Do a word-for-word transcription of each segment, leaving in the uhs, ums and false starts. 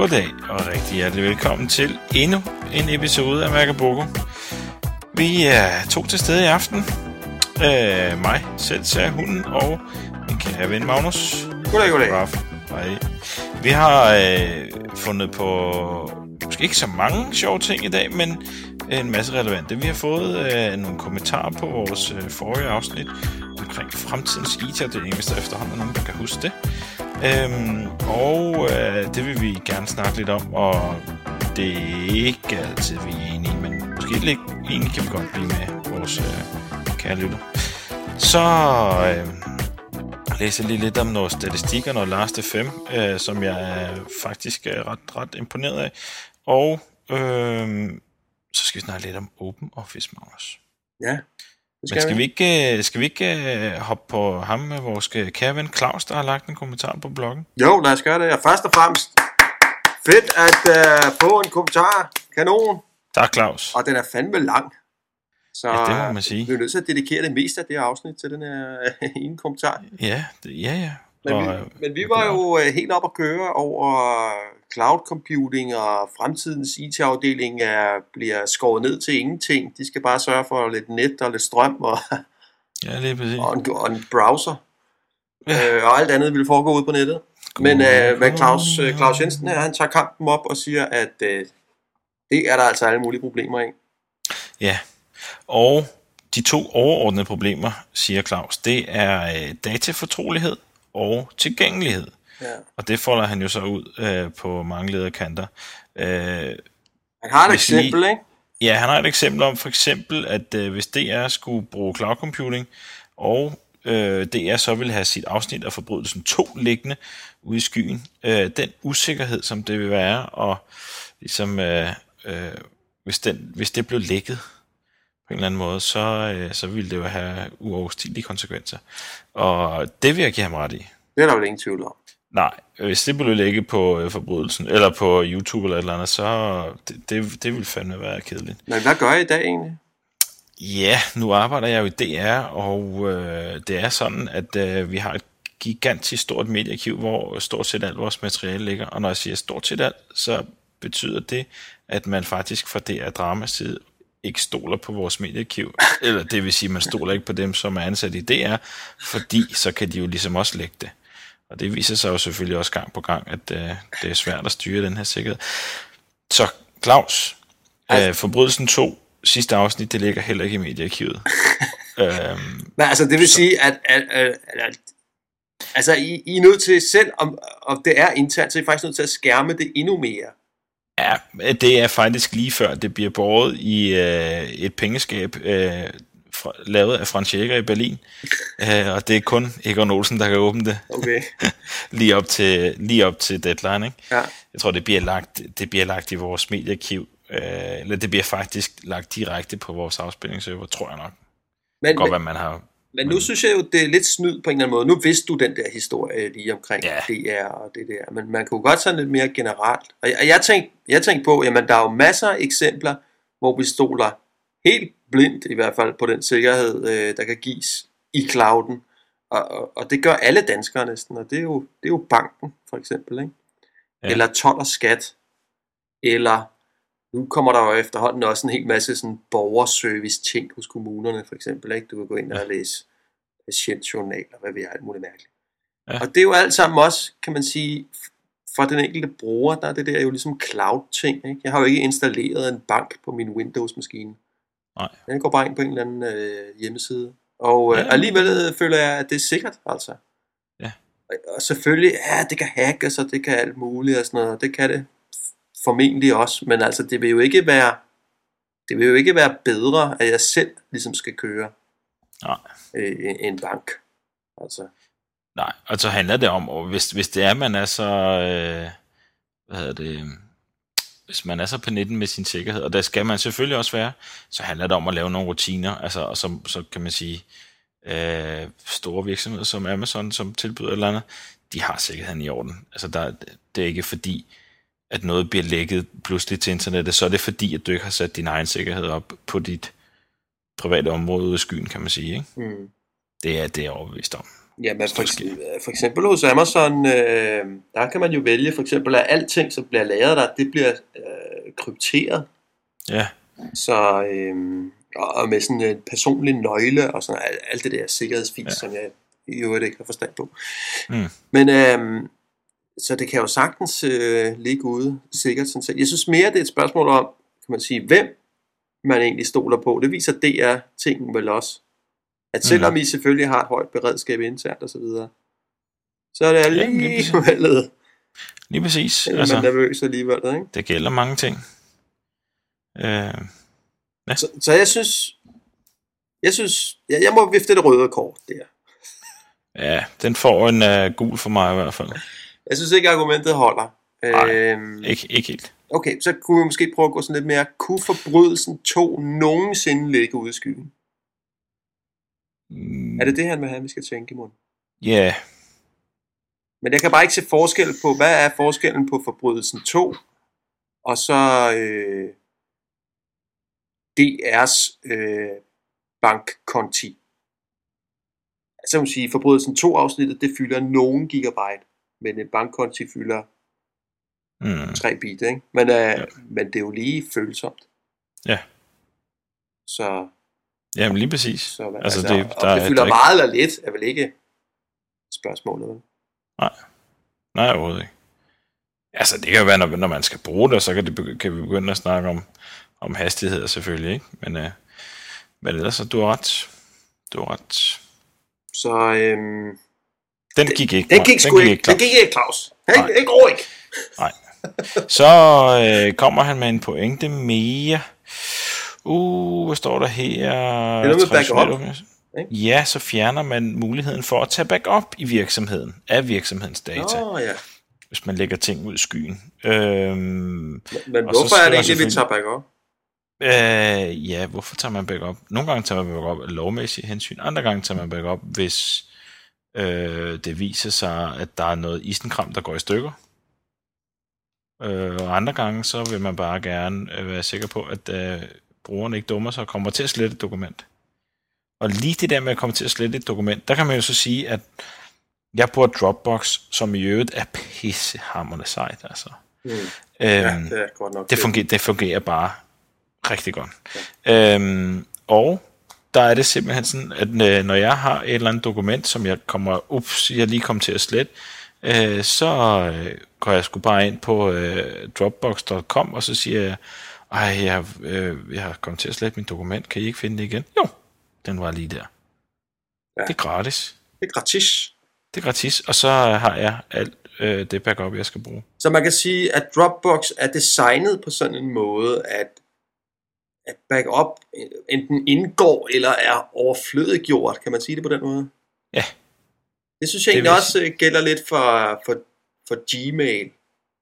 Goddag og rigtig hjertelig velkommen til endnu en episode af Mærkaboko. Vi er to til stede i aften. Øh, mig, selv, sagde hunden, og min kære ven Magnus. Goddag, goddag. Ruff. Hej. Vi har øh, fundet på måske ikke så mange sjove ting i dag, men en masse relevante. Vi har fået øh, nogle kommentarer på vores øh, forrige afsnit omkring fremtidens I T-afdeling, hvis der efterhånden er nogen, der kan huske det. Øhm, og øh, det vil vi gerne snakke lidt om, og det er ikke altid, vi er enige, men måske lidt egentlig kan vi godt blive med vores øh, kære lytter. Så øh, læser lige lidt om nogle statistikker, noget Last F M, øh, som jeg er faktisk er ret, ret imponeret af. Og øh, så skal vi snakke lidt om Open Office, Magnus. Ja. Skal Men skal vi, vi ikke, skal vi ikke hoppe på ham med vores kære ven Claus, der har lagt en kommentar på bloggen? Jo, lad os gøre det. Og først og fremmest, fedt at uh, få en kommentar. Kanon. Tak, Claus. Og den er fandme lang. Så ja, det må man sige. Vi er nødt til at dedikere det meste af det her afsnit til den her uh, ene kommentar. Ja, det, ja, ja. Men, og, vi, men vi var jo uh, helt op at køre over cloud computing, og fremtidens I T-afdeling er, bliver skåret ned til ingenting. De skal bare sørge for lidt net og lidt strøm og, ja, lige præcis. og, en, og en browser. Ja. Øh, og alt andet vil foregå ud på nettet. God, men øh, hvad Claus, øh, Claus Jensen her, han tager kampen op og siger, at øh, det er der altså alle mulige problemer i. Ja, og de to overordnede problemer, siger Claus, det er øh, datafortrolighed og tilgængelighed. Ja. Og det folder han jo så ud øh, på mange lederkanter. Øh, han har et eksempel, I, ikke? Ja, han har et eksempel om for eksempel, at øh, hvis D R skulle bruge cloud computing, og øh, D R så ville have sit afsnit af Forbrydelsen to liggende ude i skyen, øh, den usikkerhed, som det vil være, og ligesom, øh, øh, hvis, den, hvis det blev lækket på en eller anden måde, så, øh, så ville det jo have uoverstigelige konsekvenser. Og det vil jeg give ham ret i. Det er der jo ingen tvivl om. Nej, hvis det blev lægget på øh, Forbrydelsen, eller på YouTube eller et eller andet, så det, det, det ville fandme være kedeligt. Men hvad gør I i dag egentlig? Ja, nu arbejder jeg jo i D R, og øh, det er sådan, at øh, vi har et gigantisk stort mediearkiv, hvor stort set alt vores materiale ligger. Og når jeg siger stort set alt, så betyder det, at man faktisk fra D R Dramas side ikke stoler på vores mediearkiv. Eller det vil sige, at man stoler ikke på dem, som er ansat i D R, fordi så kan de jo ligesom også lægge det. Og det viser sig jo selvfølgelig også gang på gang, at øh, det er svært at styre den her sikkerhed. Så Claus, altså, øh, Forbrydelsen to, sidste afsnit, det ligger heller ikke i mediearkivet. øhm, Men altså, det vil så sige, at, at, at, at altså, I, I er nødt til selv, om, om det er internt, så er I faktisk nødt til at skærme det endnu mere. Ja, det er faktisk lige før, det bliver båret i øh, et pengeskab, øh, fra, lavet af Franz Jäger i Berlin, øh, og det er kun Egon Olsen, der kan åbne det. Okay. lige, op til, lige op til deadline, ikke? Ja. Jeg tror, det bliver lagt, det bliver lagt i vores mediearkiv, øh, eller det bliver faktisk lagt direkte på vores afspilningsserver, tror jeg nok. Men, godt, men, hvad man har. Men nu synes jeg jo, det er lidt snyd på en eller anden måde. Nu vidste du den der historie lige omkring ja. D R og det der, men man kunne godt sådan lidt mere generelt. Og jeg, jeg tænkte jeg tænkte på, jamen der er jo masser af eksempler, hvor vi stoler helt blindt i hvert fald på den sikkerhed, øh, der kan gives i clouden. Og, og, og det gør alle danskere næsten, og det er jo, det er jo banken for eksempel, ikke? Ja. Eller told og skat, eller nu kommer der jo efterhånden også en hel masse sådan borgerservice ting hos kommunerne for eksempel, ikke? Du kan gå ind og læse patientjournaler, hvad vi har, alt muligt mærkeligt. Ja. Og det er jo alt sammen også, kan man sige, for den enkelte bruger, der er det der jo ligesom cloud-ting, ikke? Jeg har jo ikke installeret en bank på min Windows-maskine. Nej. Jeg går bare ind på en eller anden øh, hjemmeside. Og øh, ja. alligevel føler jeg, at det er sikkert, altså. Ja. Og, og selvfølgelig, ja, det kan hackes, og det kan alt muligt og sådan noget. Det kan det formentlig også, men altså, det vil jo ikke være, det vil jo ikke være bedre, at jeg selv ligesom skal køre Nej. Øh, en bank. Altså. Nej, og så handler det om, og hvis, hvis det er, man er så, øh, hvad hedder det, hvis man er så på nitten med sin sikkerhed, og der skal man selvfølgelig også være, så handler det om at lave nogle rutiner, altså, og så, så kan man sige, øh, store virksomheder som Amazon, som tilbyder et eller andet, de har sikkerheden i orden. Altså, der, det er ikke fordi, at noget bliver lækket pludselig til internettet, så er det fordi, at du ikke har sat din egen sikkerhed op på dit private område ude i skyen, kan man sige, ikke? Mm. Det er det, jeg er overbevist om. Jamen for, for eksempel hos Amazon, øh, der kan man jo vælge for eksempel, at alting, som bliver lagret der, det bliver øh, krypteret. Ja. Så, øh, og med sådan en personlig nøgle og sådan alt, alt det der sikkerhedsfis, ja. Som jeg i øvrigt ikke har forstand på. Mm. Men øh, så det kan jo sagtens øh, ligge ude sikkert sådan set. Jeg synes mere, det er et spørgsmål om, kan man sige, hvem man egentlig stoler på. Det viser D R-tingen vel også. At selvom mm. I selvfølgelig har et højt beredskab internt og så videre, så er det alligevel ja, lige præcis. Eller altså, man er nervøs alligevel, ikke? Det gælder mange ting. Øh, ja. så, så jeg synes, jeg synes, jeg, jeg må vifte det røde kort der. Ja, den får en uh, gul for mig i hvert fald. Jeg synes ikke, argumentet holder. Nej, øhm, ikke, ikke helt. Okay, så kunne vi måske prøve at gå sådan lidt mere. Kunne forbrydelsen to nogensinde ligge ude i skyen? Mm. Er det det, han vil have, vi skal tænke i munden? Ja. Yeah. Men jeg kan bare ikke se forskel på, hvad er forskellen på forbrydelsen to, og så øh, D R's øh, bankkonti. Altså man sige, forbrydelsen to afsnittet, det fylder nogen gigabyte, men en bankkonti fylder mm. tre bit, ikke? Men, øh, ja. Men det er jo lige følsomt. Ja. Så... Jamen lige præcis. Så, altså, altså, det, det, der det fylder meget eller lidt, er vel ikke spørgsmålet, vel? Nej. Nej, overhovedet ikke. Altså det kan jo være, når, når man skal bruge det, så kan, det, kan vi begynde at snakke om, om hastighed selvfølgelig, ikke? Men, øh, men ellers så du har ret. Du har ret. Så øhm, den gik ikke. Den gik sgu ikke. ikke den gik ikke, Claus. Den ikke går ikke. Nej. Så øh, kommer han med en pointe mere. Uh, hvad står der her? Det er noget med backup. Ja, så fjerner man muligheden for at tage backup i virksomheden, af virksomhedens data. Oh, ja. Hvis man lægger ting ud i skyen. Øhm, men men hvorfor er det egentlig, vi tager backup? Øh, ja, hvorfor tager man backup? Nogle gange tager man backup af lovmæssige hensyn, andre gange tager man backup, hvis øh, det viser sig, at der er noget isenkram, der går i stykker. Øh, og andre gange, så vil man bare gerne øh, være sikker på, at øh, brugeren ikke dummer sig og kommer til at slette et dokument. Og lige det der med at komme til at slette et dokument, der kan man jo så sige, at jeg bruger Dropbox, som i øvrigt er pissehammerende sejt, altså. Mm. Øhm, ja, det er godt nok. Det fungerer, det fungerer bare rigtig godt. Ja. Øhm, og der er det simpelthen sådan, at når jeg har et eller andet dokument, som jeg kommer, ups, jeg lige kommer til at slette, øh, så øh, går jeg sgu bare ind på øh, dropbox punktum com, og så siger jeg, ej, jeg, øh, jeg har kommet til at slette mit dokument, kan I ikke finde det igen? Jo, den var lige der. Ja. Det er gratis. Det er gratis. Det er gratis, og så har jeg alt øh, det backup, jeg skal bruge. Så man kan sige, at Dropbox er designet på sådan en måde, at, at backup enten indgår eller er overflødiggjort. Kan man sige det på den måde? Ja. Det synes jeg egentlig også gælder lidt for, for, for Gmail.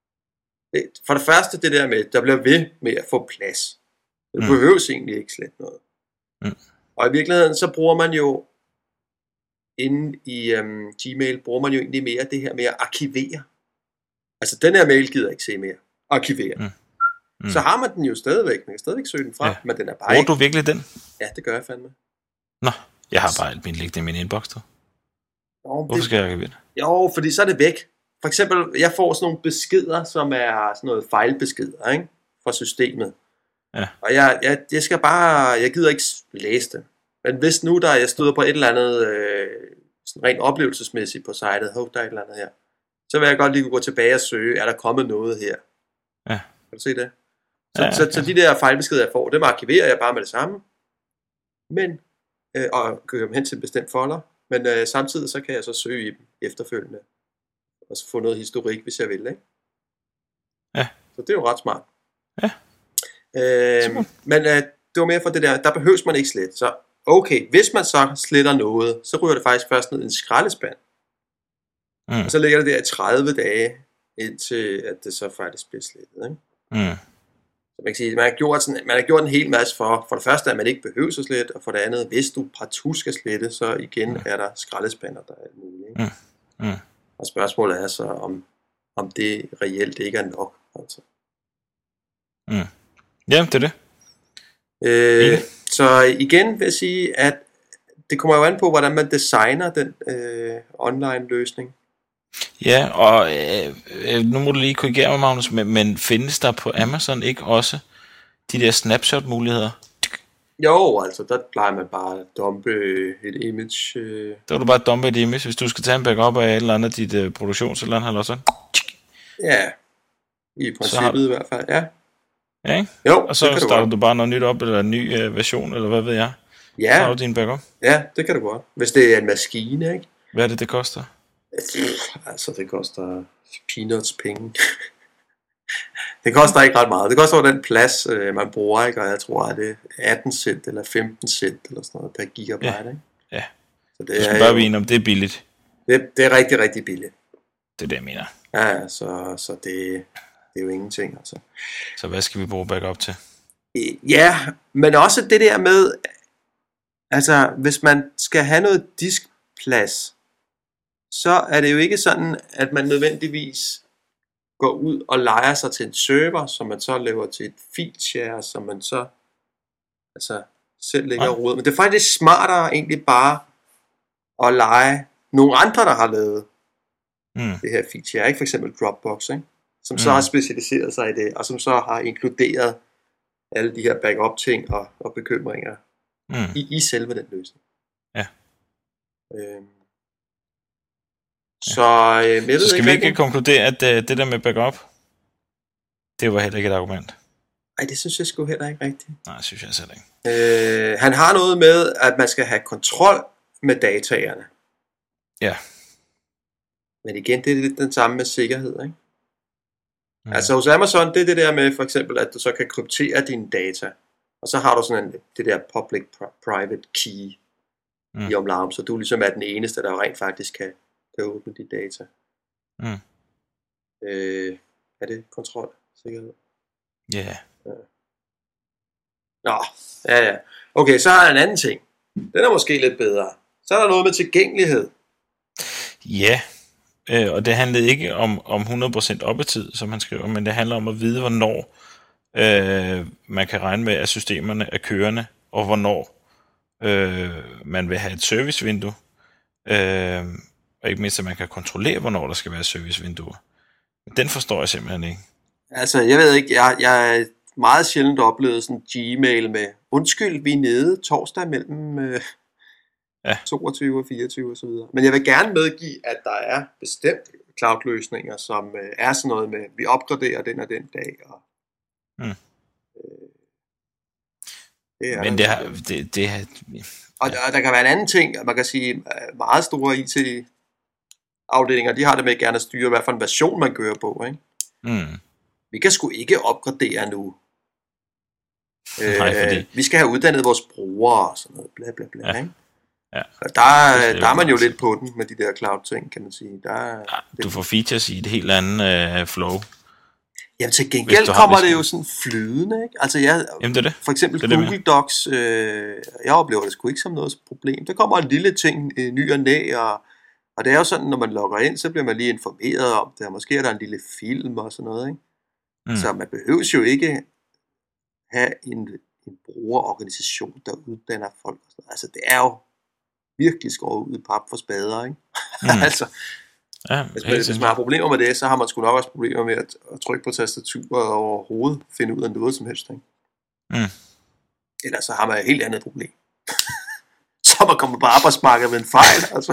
For det første det der med, der bliver ved med at få plads. Det mm. behøves egentlig ikke slet noget. Mm. Og i virkeligheden så bruger man jo inde i øhm, Gmail, bruger man jo egentlig mere det her med at arkivere. Altså den her mail gider jeg ikke se mere. Arkivere. Mm. Mm. Så har man den jo stadigvæk. Man kan stadigvæk søge den fra, ja. Men den er bare bruger ikke... du virkelig den? Ja, det gør jeg fandme. Nå, jeg har bare alt min liggende i min inbox, du. Jo, Hvorfor skal jeg arkivere det? Jo, fordi så er det væk. For eksempel, jeg får sådan nogle beskeder, som er sådan noget fejlbeskeder, ikke? Fra systemet. Ja. Og jeg, jeg, jeg skal bare, jeg gider ikke læse det. Men hvis nu der jeg støder på et eller andet øh, sådan rent oplevelsesmæssigt på sitet, hov, der er et eller andet her, så vil jeg godt lige gå tilbage og søge, er der kommet noget her? Ja. Kan du se det? Så, ja, ja, så, så, så de der fejlbeskeder jeg får, dem arkiverer jeg bare med det samme. Men, øh, og kører dem hen til en bestemt folder. Men øh, samtidig så kan jeg så søge i dem efterfølgende. Og så få noget historik, hvis jeg vil, ikke? Ja. Så det er jo ret smart. Ja. Øh, men øh, det var mere for det der, der behøves man ikke slet. Så okay, hvis man så sletter noget, så ryger det faktisk først ned i en skraldespand. Mm. Og så ligger det der i tredive dage, indtil at det så faktisk bliver slettet, ikke? Mm. Så man kan sige, man har gjort sådan, man har gjort en hel masse for, for det første, at man ikke behøver så slet, og for det andet, hvis du partout skal slette, så igen mm. er der skraldespander, der er alt muligt, ikke? Mm. Mm. Og spørgsmålet er så, om, om det reelt ikke er nok, altså. Mm. Ja, det er det. Øh, så igen vil jeg sige, at det kommer jo an på, hvordan man designer den øh, online løsning. Ja, og øh, nu må du lige korrigere mig, Magnus, men, men findes der på Amazon ikke også de der snapshot-muligheder? Jo, altså der plejer man bare at dumpe et image. Øh. Der vil du bare dumpe et image, hvis du skal tage en backup af et eller andet dit uh, produktions eller andet, eller sådan. Ja, i princippet i hvert fald, ja. Ja, ikke? Jo, og så starter du, du bare noget nyt op, eller en ny uh, version, eller hvad ved jeg. Ja. Så har du din backup. Ja, det kan du godt. Hvis det er en maskine, ikke? Hvad er det, det koster? Altså, det koster peanuts penge. Det koster ikke ret meget. Det koster jo den plads, øh, man bruger, ikke? Og jeg tror, at det er atten cent eller femten cent eller sådan noget per gigabyte, ja. Ikke? Ja. Så det du skal er bare jo, vide, om det er billigt. Det, det er rigtig, rigtig billigt. Det er det, jeg mener. Ja, så, så det, det er jo ingenting, altså. Så hvad skal vi bruge backup til? Ja, men også det der med, altså, hvis man skal have noget diskplads, så er det jo ikke sådan, at man nødvendigvis går ud og lejer sig til en server, som man så laver til et fileshare, som man så altså, selv lægger ja. Råd. Men det er faktisk smartere egentlig bare at lege nogle andre, der har lavet mm. det her fileshare, ikke? For eksempel Dropbox, ikke? Som mm. så har specialiseret sig i det, og som så har inkluderet alle de her backup ting og, og bekymringer mm. i, i selve den løsning. Ja. Øhm. Så, øh, jeg ved så skal ikke vi ikke rigtig konkludere, at uh, det der med backup, det var heller ikke et argument? Nej, det synes jeg sgu heller ikke rigtigt. Nej, det synes jeg selv ikke. Øh, han har noget med, at man skal have kontrol med dataerne. Ja. Men igen, det er lidt den samme med sikkerhed, ikke? Mm. Altså hos Amazon, det er det der med for eksempel, at du så kan kryptere dine data. Og så har du sådan en, det der public-private key mm. i omlarm, så du ligesom er den eneste, der rent faktisk kan kan åbne de data. Mm. Øh, er det kontrol? Sikkerhed? Yeah. Ja. Nå, ja ja. Okay, så har jeg en anden ting. Den er måske lidt bedre. Så er der noget med tilgængelighed. Ja, øh, og det handlede ikke om, om hundrede procent oppetid, som han skriver, men det handler om at vide, hvornår øh, man kan regne med, at systemerne er kørende, og hvornår øh, man vil have et servicevindue. Øh, Og ikke mindst, at man kan kontrollere, hvornår der skal være servicevinduer. Den forstår jeg simpelthen ikke. Altså, jeg ved ikke, jeg, jeg er meget sjældent oplevet sådan Gmail med, undskyld, vi er nede torsdag mellem øh, ja. toogtyve og fireogtyve og så videre. Men jeg vil gerne medgive, at der er bestemt cloud-løsninger, som øh, er sådan noget med, vi opgraderer den og den dag. Og, mm. øh, det er Men det har... Det, det har og, der, og der kan være en anden ting, man kan sige, meget store I T afdelinger, de har det med gerne at styre, hvad for en version man kører på, ikke? Mm. Vi kan sgu ikke opgradere nu. Nej, fordi... øh, vi skal have uddannet vores brugere og sådan noget, bla bla bla, ja. ikke? Ja. Og der, der er man jo lidt på den med de der cloud-ting, kan man sige. Der, ja, du får features i et helt andet uh, flow. Jamen til gengæld kommer det jo sådan flydende, ikke? Altså jeg, Jamen, det er det. for eksempel det er Google det Docs, øh, jeg oplever det sgu ikke som noget problem. Der kommer en lille ting, øh, ny og næ, og, og det er jo sådan, når man logger ind, så bliver man lige informeret om det, og måske er der en lille film og sådan noget, ikke? Mm. Så man behøves jo ikke have en, en brugerorganisation, der uddanner folk. Og sådan noget. Altså det er jo virkelig skåret ud i pap for spader, ikke? Mm. altså, ja, hvis, man, hvis man har problemer med det, så har man sgu nok også problemer med at, at trykke på tastaturet og overhovedet finde ud af noget som helst, ikke? Mm. Ellers så har man et helt andet problem. Så man kommer på arbejdsmarkedet med en fejl, altså.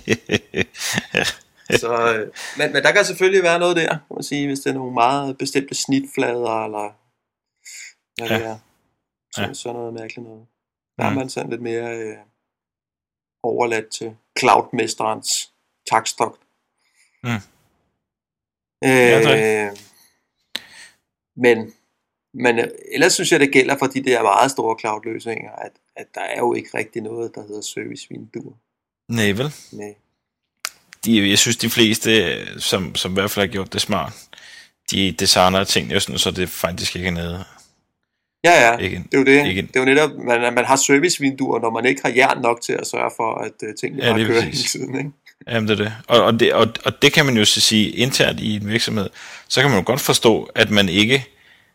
Så, øh, men, men der kan selvfølgelig være noget der, kan man sige, hvis det er nogle meget bestemte snitflader, eller hvad ja. det er. Så, ja. Så noget mærkeligt noget. Der er mm. man sådan lidt mere øh, overladt til cloudmesterens takstok. Mm. Øh, ja, men, men ellers synes jeg, det gælder for de der meget store cloud-løsninger, at, at der er jo ikke rigtig noget, der hedder servicevinduer. Nej, vel? Nej. De, jeg synes, de fleste, som, som i hvert fald har gjort det smart, de designer ting jo sådan, så det faktisk ikke er nede. Ja, ja, ikke, det er jo det. Ikke. Det er jo netop, man, man har servicevinduer, når man ikke har jern nok til at sørge for, at uh, tingene ja, bare kører hele tiden, ikke? Jamen, det er det. Og, og det. og, og det kan man jo så sige internt i en virksomhed, så kan man jo godt forstå, at man ikke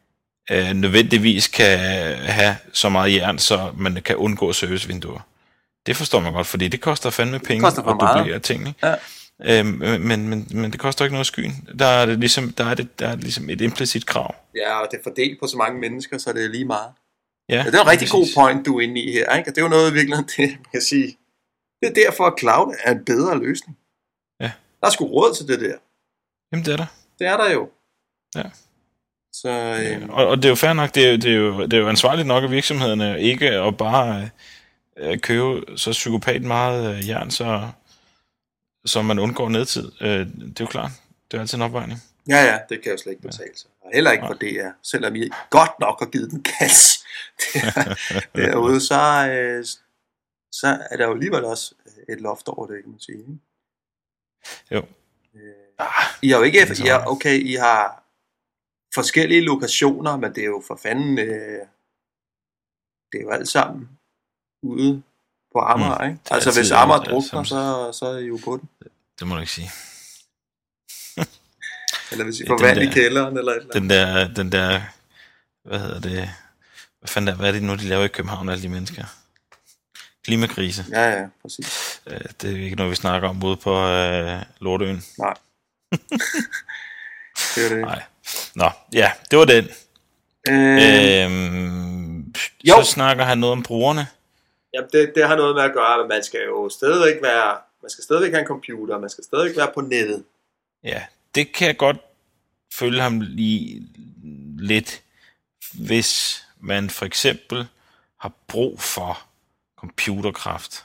øh, nødvendigvis kan have så meget jern, så man kan undgå servicevinduer. Det forstår man godt, fordi det koster fandme penge koster for at meget. dublere ting, ikke? Ja. Øhm, men, men, men det koster ikke noget skyen. Der er det ligesom, der er det, der er ligesom et implicit krav. Ja, og det er fordelt på så mange mennesker, så det er lige meget. Ja, ja det er en rigtig præcis. god point, du er inde i her, ikke? Og det er jo noget i virkeligheden, det man kan sige. Det er derfor, at cloud er en bedre løsning. Ja. Der er sgu råd til det der. Jamen, det er der. Det er der jo. Ja. Så, øh... Ja, og, og det er jo fair nok, det er, det, er jo, det er jo ansvarligt nok af virksomhederne, ikke at bare øh, købe så psykopat meget øh, jern, så, så man undgår nedtid. Øh, det er jo klart. Det er altid en opvejning. Ja, ja, det kan jo slet ikke betale sig. Og heller ikke for D R, selvom I godt nok har givet den gas derude, så, øh, så er der jo alligevel også et loft over det, kan man sige. Ikke? Jo. Øh, I har jo ikke, I har, okay, I har forskellige lokationer, men det er jo for fanden, øh, det er jo alt sammen ude på Amager, mm, ikke? Altså hvis Amager drukner, så, så er I jo på den. Det må du ikke sige. Eller hvis I får vand i kælderen, eller et eller andet. Den der, den der, hvad hedder det, hvad fanden der, hvad er det nu, de laver i København, alle de mennesker? Klimakrise. Ja, ja, præcis. Det er ikke noget, vi snakker om ude på øh, Lortøen. Nej. Det er det. Nej. Nå, ja, det var den. Øh, øhm, så snakker han noget om brugerne. Jamen, det, det har noget med at gøre, men man skal jo stadigvæk være, man skal stadigvæk have en computer, man skal stadigvæk være på nettet. Ja, det kan jeg godt følge ham lige lidt, hvis man for eksempel har brug for computerkraft.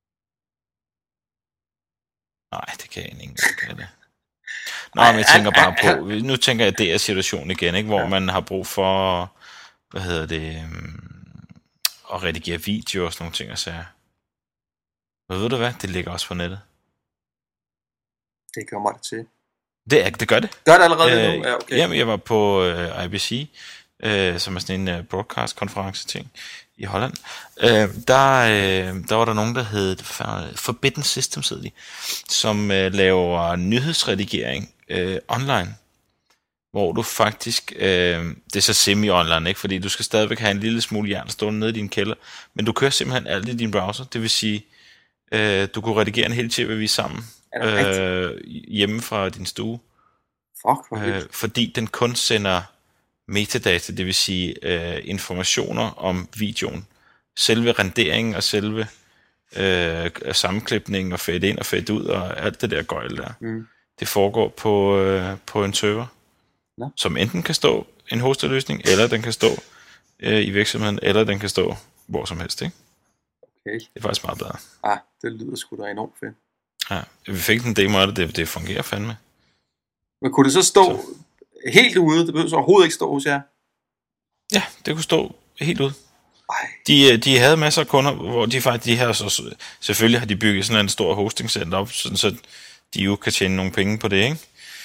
Nej, det kan jeg ikke engang det. Nå, men jeg tænker bare på, nu tænker jeg, at det er situationen igen, ikke, hvor ja. man har brug for, hvad hedder det, at redigere video og sådan nogle ting og sager. Men ved du hvad, det ligger også på nettet. Det kommer det til. Det, er, det gør det. Gør det allerede øh, nu? Ja, okay. Jamen, jeg var på øh, I B C, øh, som er sådan en uh, broadcast-konference ting i Holland. Øh, der, øh, der var der nogen, der hed Forbidden Systems, hed de, som øh, laver nyhedsredigering øh, online, hvor du faktisk, øh, det er så semi-online, ikke? Fordi du skal stadigvæk have en lille smule jern stående nede i din kælder, men du kører simpelthen alt i din browser, det vil sige, øh, du kunne redigere en hel T V-avis sammen øh, hjemme fra din stue. Fuck, hvor øh, fordi den kun sender metadata, det vil sige øh, informationer om videoen. Selve renderingen og selve øh, sammenklipningen og fade ind og fade ud og alt det der gøjl der. Mm. Det foregår på, øh, på en server, no. som enten kan stå en hostet løsning, eller den kan stå øh, i virksomheden, eller den kan stå hvor som helst, ikke? Okay. Det er faktisk meget bedre. Ah, det lyder sgu da enormt fedt. Ja, vi fik den demo af det, det, det fungerer fandme. Men kunne det så stå så. helt ude? Det behøver så overhovedet ikke stå hos jer? Ja, det kunne stå helt ude. De, de havde masser af kunder, hvor de faktisk, de her, så, selvfølgelig har de bygget sådan en stor hostingcenter op, sådan, så de jo kan tjene nogle penge på det, ikke?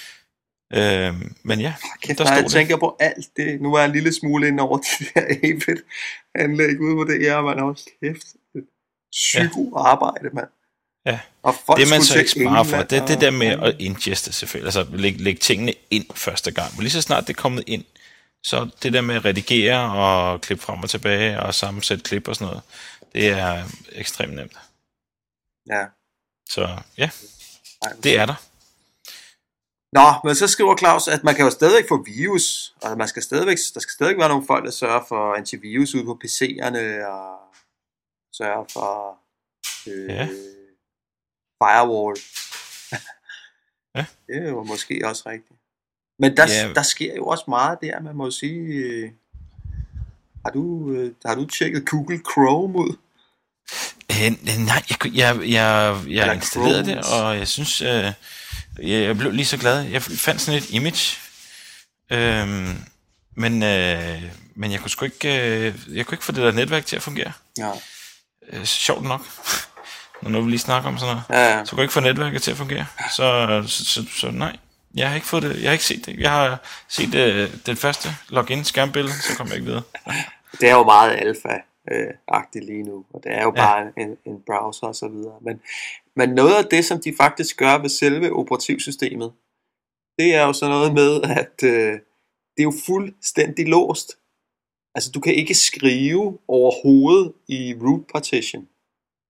Øh, men ja, kæft, der stod jeg det. tænker på alt det. Nu er jeg en lille smule ind over de der A P E T-anlæg ude på det her, man har kæft. Psyko-arbejde, mand. Ja, og det man så ikke sparer for, det er det der med at ingeste selvfølgelig, altså lægge, lægge tingene ind første gang. Men lige så snart det er kommet ind, så det der med at redigere og klippe frem og tilbage og sammensætte klip og sådan noget, det er ekstremt nemt. Ja. Så ja, det er der. Nå, men så skriver Claus, at man kan jo stadigvæk få virus, og man skal stadigvæk, der skal stadigvæk være nogle folk, der sørger for antivirus ude på P C'erne, og sørger for øh, ja. firewall. Ja. Det er jo måske også rigtigt. Men der, ja. der sker jo også meget der, man må sige. Øh, har, du, øh, har du tjekket Google Chrome ud? Øh, nej, jeg, jeg, jeg, jeg installerede det, og jeg synes, øh, jeg blev lige så glad. Jeg fandt sådan et image, øh, men, øh, men jeg kunne sgu ikke, øh, jeg kunne ikke få det der netværk til at fungere. Ja. Øh, sjovt nok. Når nu vi lige snakker om sådan noget, ja, ja. så kunne jeg ikke få netværket til at fungere. Så, så, så, så nej, jeg har ikke fået det. Jeg har ikke set det. Jeg har set øh, den første login skærmbillede, så kom jeg ikke videre. Det er jo meget alfa-agtigt lige nu, og det er jo ja. bare en, en browser og så videre. Men, men noget af det, som de faktisk gør ved selve operativsystemet, det er jo sådan noget med, at øh, det er jo fuldstændig låst. Altså, du kan ikke skrive overhovedet i root partition.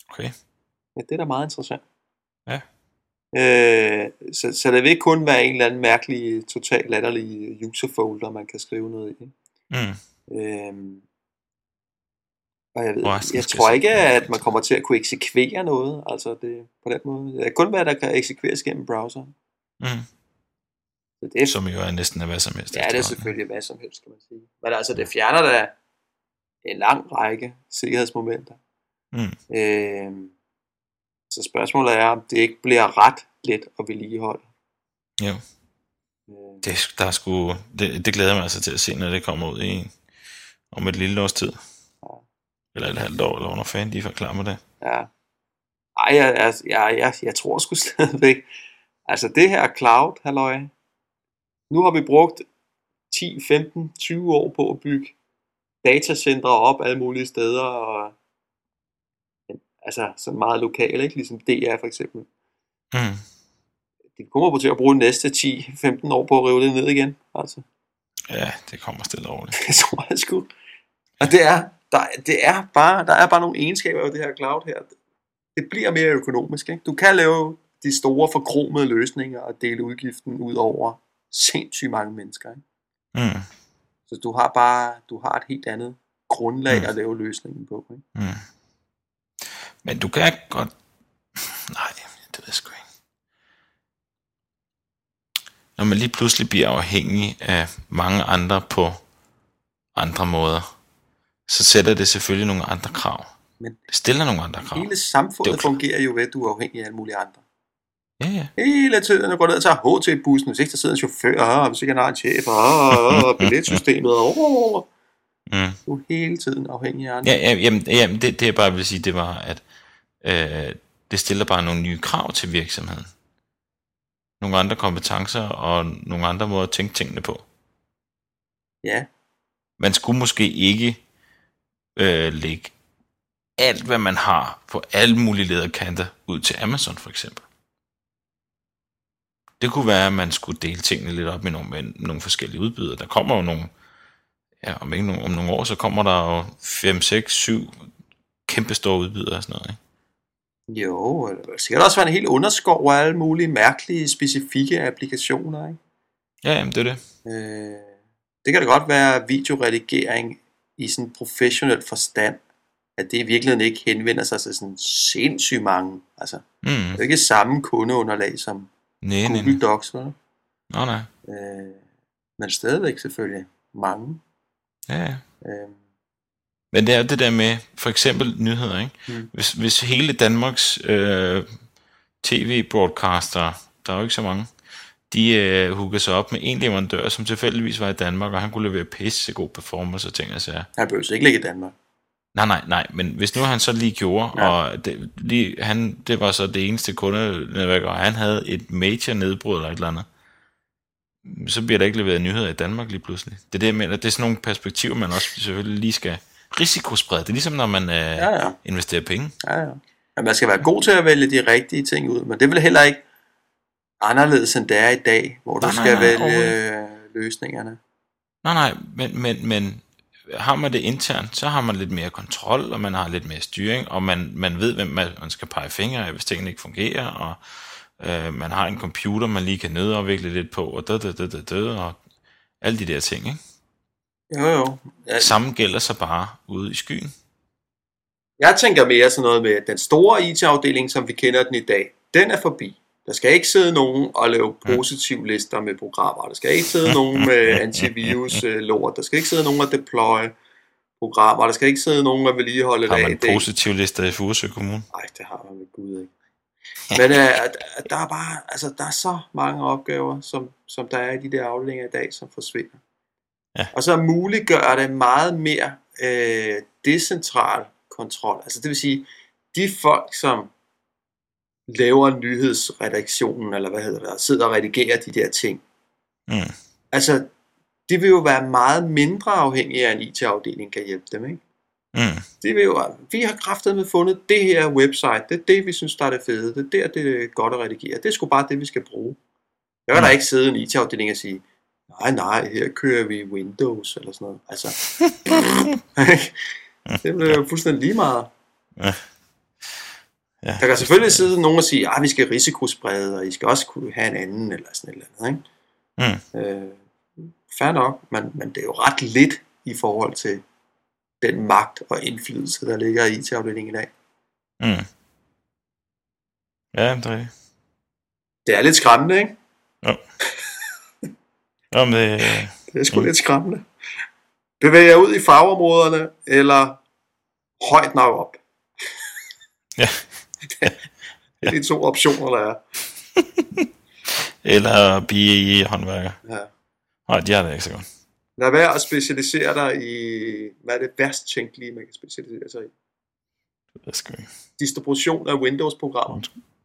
Okay. Ja, det er da meget interessant. Ja. Øh, så, så det vil ikke kun være en eller anden mærkelig, total latterlig userfolder, man kan skrive noget i. Mm. Øh, og jeg ved, Resten jeg skal tror så- ikke, at man kommer til at kunne eksekvere noget, altså det, på den måde. Det kan kun være, der kan eksekveres gennem browseren. Mm. Så det er, Som jo er næsten af hvad som helst. ja, det er efterhånden. selvfølgelig hvad som helst, kan man sige. Men altså, det fjerner da en lang række sikkerhedsmomenter. Mm. Øh, så spørgsmålet er, om det ikke bliver ret let at vedligeholde. Jo. Øh, Det, der er sgu, det, det glæder jeg mig altså til at se, når det kommer ud i om et lille års tid. Ja. Eller et halvt år, eller hvornår fanden de er klar med det. Ja. Ej, jeg, jeg, jeg, jeg, jeg tror sgu stadigvæk. Altså det her cloud, halløj. Nu har vi brugt ti, femten, tyve år på at bygge datacentre op alle mulige steder. Og, altså sådan meget lokale, ikke? Ligesom D R for eksempel. Mm. De kommer på til at bruge de næste ti, femten år på at rive det ned igen. Altså. Ja, det kommer stille og roligt. Det tror jeg sgu. Og det er, der, det er bare, der er bare nogle egenskaber af det her cloud her. Det bliver mere økonomisk, ikke? Du kan lave de store forkromede løsninger og dele udgiften ud over sindssygt mange mennesker, ikke? Mm. Så du har bare, du har et helt andet grundlag Mm. at lave løsningen på, ikke? Mm. Men du kan godt... Nej, det ved jeg sgu ikke. Når man lige pludselig bliver afhængig af mange andre på andre måder, så sætter det selvfølgelig nogle andre krav. Men Det stiller nogle andre krav. hele samfundet Det er jo fungerer jo ved, at du er afhængig af alle mulige andre. Ja, ja. Hele tiden, når du går ned og tager H T-bussen, hvis ikke der sidder en chauffør, og hvis ikke han har en chef, og billetsystemet, og Mm. du er hele tiden afhængig af andre. Ja, ja, jamen, jamen det, det jeg bare vil sige, det var, at øh, det stiller bare nogle nye krav til virksomheden. Nogle andre kompetencer og nogle andre måder at tænke tingene på. Ja, Man skulle måske ikke øh, lægge alt, hvad man har på alle mulige lederkanter ud til Amazon for eksempel. Det kunne være, at man skulle dele tingene lidt op med nogle, med nogle forskellige udbydere. Der kommer jo nogle, ja, om ikke nogle, om nogle år, så kommer der jo fem, seks, syv kæmpe store udbydere og sådan noget, ikke? jo, eller der sikkert også være en helt underskov af alle mulige mærkelige, specifikke applikationer, ikke? Ja, jamen, det er det. Øh, det kan da godt være videoredigering i sådan en professionel forstand, at det i virkeligheden ikke henvender sig til sådan sindssygt mange. Altså, Mm. det er jo ikke samme kundeunderlag som Nej, nej, nej. Google Docs, vel? Nå, nej. Øh, men stadigvæk selvfølgelig mange. Ja, ja. Øh, Men det er jo det der med, for eksempel nyheder, ikke? Mm. Hvis, hvis hele Danmarks øh, tv-broadcaster, der er jo ikke så mange, de øh, hooker sig op med en leverandør, som tilfældigvis var i Danmark, og han kunne levere pisse god performance og ting og sager. han behøver ikke ligge i Danmark. Nej, nej, nej, men hvis nu han så lige gjorde, Ja. ja. og det, lige, han, det var så det eneste kundenetværk, og han havde et major nedbrud eller et eller andet, så bliver der ikke leveret nyheder i Danmark lige pludselig. Det er det, jeg mener. Det er sådan nogle perspektiver, man også selvfølgelig lige skal risikosprede. Det er ligesom, når man øh, Ja, ja. investerer penge. Ja, ja. Men man skal være god til at vælge de rigtige ting ud, men det er vel heller ikke anderledes end det er i dag, hvor du Nej, nej, skal nej, vælge øh, løsningerne. Nej, nej, men, men, men har man det internt, så har man lidt mere kontrol, og man har lidt mere styring, og man, man ved, hvem man, man skal pege fingre af, hvis tingene ikke fungerer, og øh, man har en computer, man lige kan nødafvikle lidt på, og død, død, død, død, død, og alle de der ting, ikke? Jo, jo. Jeg, Samme gælder så bare ude i skyen. jeg tænker mere sådan noget med, at den store I T-afdeling, som vi kender den i dag, den er forbi. Der skal ikke sidde nogen og lave positiv lister med programmer. Der skal ikke sidde nogen med antivirus-lort. Der skal ikke sidde nogen og deploy programmer. Der skal ikke sidde nogen og vedligeholde Har det. man positiv lister i Furesø Kommune? Nej, det har man ved Gud ikke. Men øh, der er bare, altså der er så mange opgaver, som, som der er i de der afdelinger i dag, som forsvinder. Ja. Og så muliggør det meget mere øh, decentral kontrol. Altså det vil sige, de folk, som laver nyhedsredaktionen, eller hvad hedder det, og sidder og redigerer de der ting. Mm. Altså, de vil jo være meget mindre afhængige af en I T-afdeling kan hjælpe dem, ikke? Mm. Det vil jo, vi har kraftedeme fundet det her website, det er det, vi synes, der er det fede, det er der, det er godt at redigere, det er sgu bare det, vi skal bruge. Der kan Mm. der ikke sidde en I T-afdeling og sige, nej, nej, her kører vi Windows, eller sådan noget. Altså, det bliver jo fuldstændig lige meget. Ja. Ja, der kan selvfølgelig sidde nogen og sige, at vi skal risikosprede, og I skal også kunne have en anden, eller sådan et eller andet, ikke? Mm. Øh, fair nok, men, men det er jo ret lidt i forhold til den magt og indflydelse, der ligger i I T-afdelingen i dag. Mm. Ja, det er det. Det er lidt skræmmende, ikke? Jo. Jamen, det, det er sgu mm. lidt skræmmende. Bevæger jeg ud i fagområderne, eller højt nok op? Ja. Det er de to optioner, der er. Eller blive i håndværker. Ja. Nej, de har det ikke så godt. Lad være at specialisere dig i, hvad er det værst tænkelige, man kan specialisere sig i? Det skal ikke. Distribution af Windows-programmer.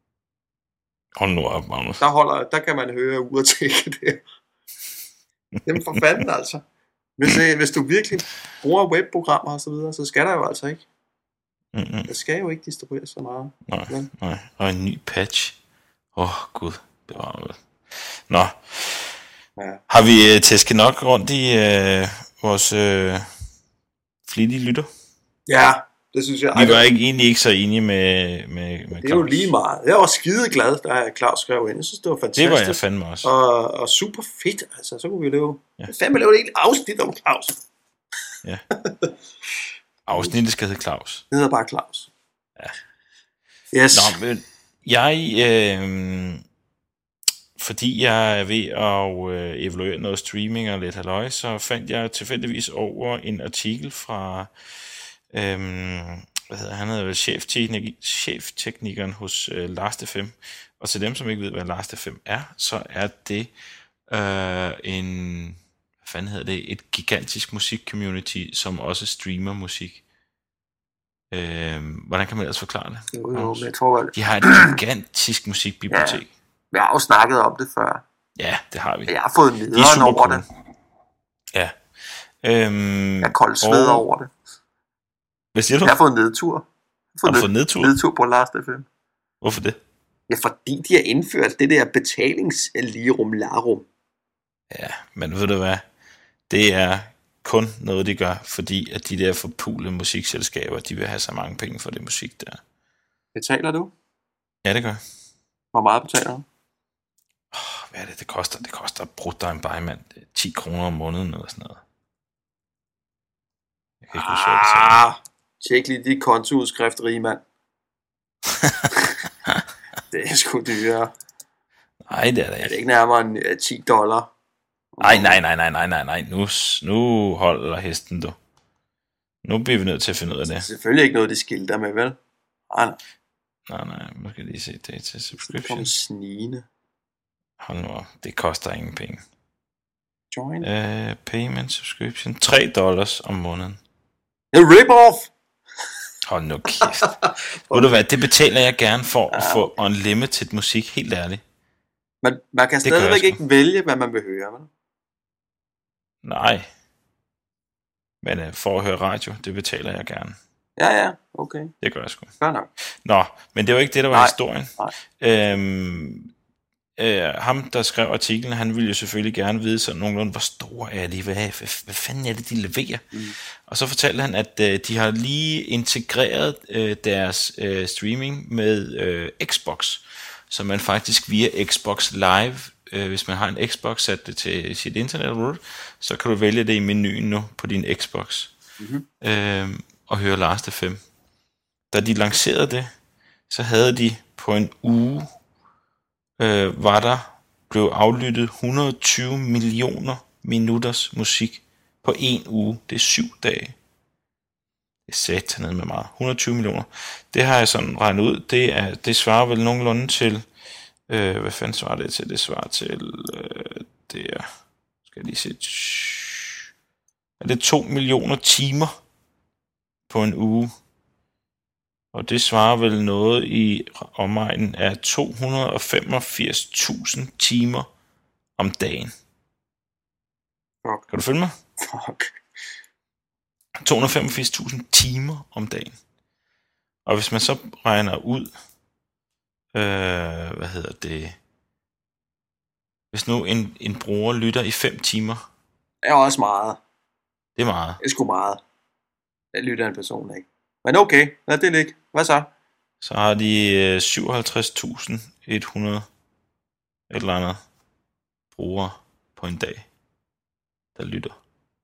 Hold nu op, Magnus. Der, holder, der kan man høre ud og tække det. Jamen for fanden altså. Hvis, hvis du virkelig bruger webprogrammer og så videre, så skal der jo altså ikke. Mm-hmm. Der skal jo ikke distribueres så meget. Nej, men. nej. Og en ny patch. Åh, oh, gud. Det var noget. Nå. Ja. Har vi uh, tæsket nok rundt i uh, vores uh, flittige lytter? Ja, det synes jeg. Vi var ikke, egentlig ikke så enige med, med, med Claus. Det er jo lige meget. Jeg var skide glad, da Claus skrev ind. Jeg synes, det var fantastisk. Det var jeg fandme også. Og, og super fedt. Altså, så kunne vi lave... Ja. Fandme lave et helt afsnit om Claus. Ja. Afsnittet skal hedde Claus. Det hedder bare Claus. Ja. Yes. Nå, men jeg... Øh, fordi jeg er ved at øh, evaluere noget streaming og lidt halløj, så fandt jeg tilfældigvis over en artikel fra... Øh, hvad hedder han? hedder vel chefteknik, chefteknikeren hos øh, Last F M. Og til dem, som ikke ved, hvad Last F M er, så er det øh, en... Hvad fanden hedder det? Et gigantisk musik-community, som også streamer musik. Øh, hvordan kan man ellers forklare det? Jo, jo, men jeg tror, de har et gigantisk musikbibliotek. Ja, vi har jo snakket om det før. Ja, det har vi. Jeg har fået nederen over cool. det. Ja. Øhm, jeg er koldt sved og... over det. Hvad siger du? Jeg har fået nedtur. Jeg har fået, har du fået nedtur? Nedtur på Last F M. Hvorfor det? Ja, fordi de har indført det der betalingslirum larum. Ja, men ved du hvad? Det er kun noget, de gør, fordi at de der forpulede musikselskaber, de vil have så mange penge for det musik der. Betaler du? Ja, det gør. Hvor meget betaler du? Oh, hvad er det, det koster? Det koster at bruge dig en bajmand ti kroner om måneden eller sådan noget. Jeg kan ikke huske, ah, tjek lige de kontoudskrift, Rigmand. Det er sgu dyre. Nej, det er det ikke. Er det ikke nærmere end uh, ti dollar? Nej, nej, nej, nej, nej, nej, nej. Nu, nu holder hesten, du. Nu bliver vi nødt til at finde ud af det. Det er selvfølgelig ikke noget, de skilter med, vel? Nej, nej. Nej, nej, nu skal jeg lige se data subscription. Det kommer snigende. Hold nu op, det koster ingen penge. Join. Uh, payment subscription, tre dollars om måneden. Det er rip-off! Hold nu kæft. Ved du hvad, det betaler jeg gerne for at få unlimited musik, helt ærligt. Men man kan stadigvæk ikke vælge, hvad man vil høre, vel? Nej. Men uh, for at høre radio, det betaler jeg gerne. Ja, ja, okay. Det gør jeg sgu. Fair nok. Nå, men det var ikke det, der var Nej. historien. Nej. Øhm, øh, ham, der skrev artiklen, han ville jo selvfølgelig gerne vide sådan nogenlunde, hvor store er de, hvad, hvad, hvad fanden er det, de leverer? Mm. Og så fortalte han, at øh, de har lige integreret øh, deres øh, streaming med øh, Xbox, så man faktisk via Xbox Live, øh, hvis man har en Xbox, sat det til sit internet, så kan du vælge det i menuen nu på din Xbox. Mm-hmm. Øh, og høre Last F M. Da de lancerede det, så havde de på en uge, øh, var der blev aflyttet et hundrede og tyve millioner minutters musik på en uge. Det er syv dage. Det er satan med meget. et hundrede og tyve millioner. Det har jeg sådan regnet ud. Det, er, det svarer vel nogenlunde til, øh, hvad fanden svarer det til? Det svarer til, øh, det er, skal jeg lige se, er det to millioner timer på en uge. Og det svarer vel noget i omegnen af to hundrede og femogfirs tusind timer om dagen. Fuck. Kan du følge mig? Fuck. to hundrede og femogfirs tusind timer om dagen. Og hvis man så regner ud, øh, hvad hedder det, hvis nu en, en bruger lytter i fem timer. Det er også meget. Det er meget. Det er sgu meget. Jeg lytter en person, ikke? Men okay, lad det ligge. Hvad så? så har de øh, syvoghalvtreds tusind et hundrede et eller andet brugere på en dag, der lytter.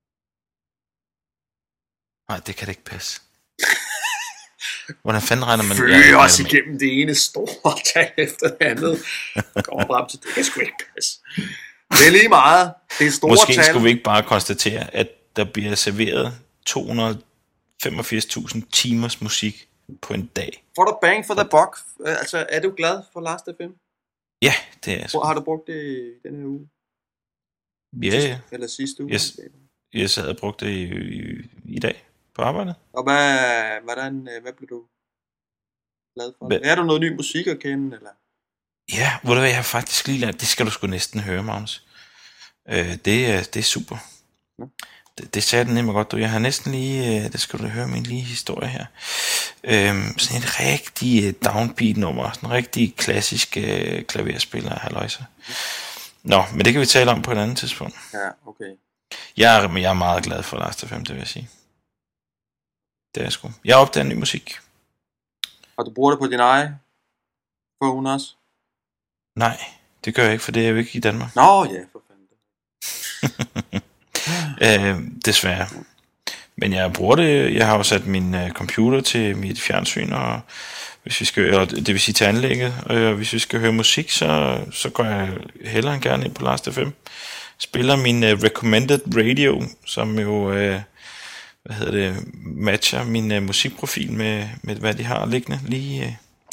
Nej, det kan det ikke passe. Hvordan fanden regner man... Fører os igennem det ene store tal efter det andet. Kommer frem til, det kan sgu ikke passe. Det er lige meget. Det er store Måske tal. skulle vi ikke bare konstatere, at der bliver serveret to hundrede og femogfirs tusind timers musik på en dag. Får du bang for the buck? Altså, er du glad for Last F M? Ja, det er jeg sgu. Hvor har du brugt det i denne uge? Ja, ja. Eller sidste uge? Yes. Jeg havde brugt det i, i, i dag på arbejdet. Og hvad, hvordan, hvad blev du glad for? Hvad? Er du noget ny musik at kende? Eller? Ja, hvor du hvad, jeg har faktisk lige lært. Det skal du sgu næsten høre, Magnus. Øh, det, er, det er super. Ja. Det, det sagde den nemlig godt, du. Jeg har næsten lige, det skal du høre min lige historie her. Øhm, sådan et rigtig downbeat-nummer. Sådan en rigtig klassisk øh, klaverspiller, halløjsa. Nå, men det kan vi tale om på et andet tidspunkt. Ja, okay. Jeg er, jeg er meget glad for Last F M, det vil jeg sige. Det er sgu. Jeg opdager ny musik. Og du bruger det på din egen phone også? Nej, det gør jeg ikke, for det er jo ikke i Danmark. Nå ja, for fanden. øh, desværre. Men jeg bruger det. Jeg har jo sat min uh, computer til mit fjernsyn, og hvis vi skal, eller det vil sige til anlægget, og hvis vi skal høre musik, så, så går jeg hellere end gerne ind på Last F M. Spiller min uh, recommended radio, som jo uh, hvad hedder det, matcher min uh, musikprofil med, med hvad de har liggende lige, uh,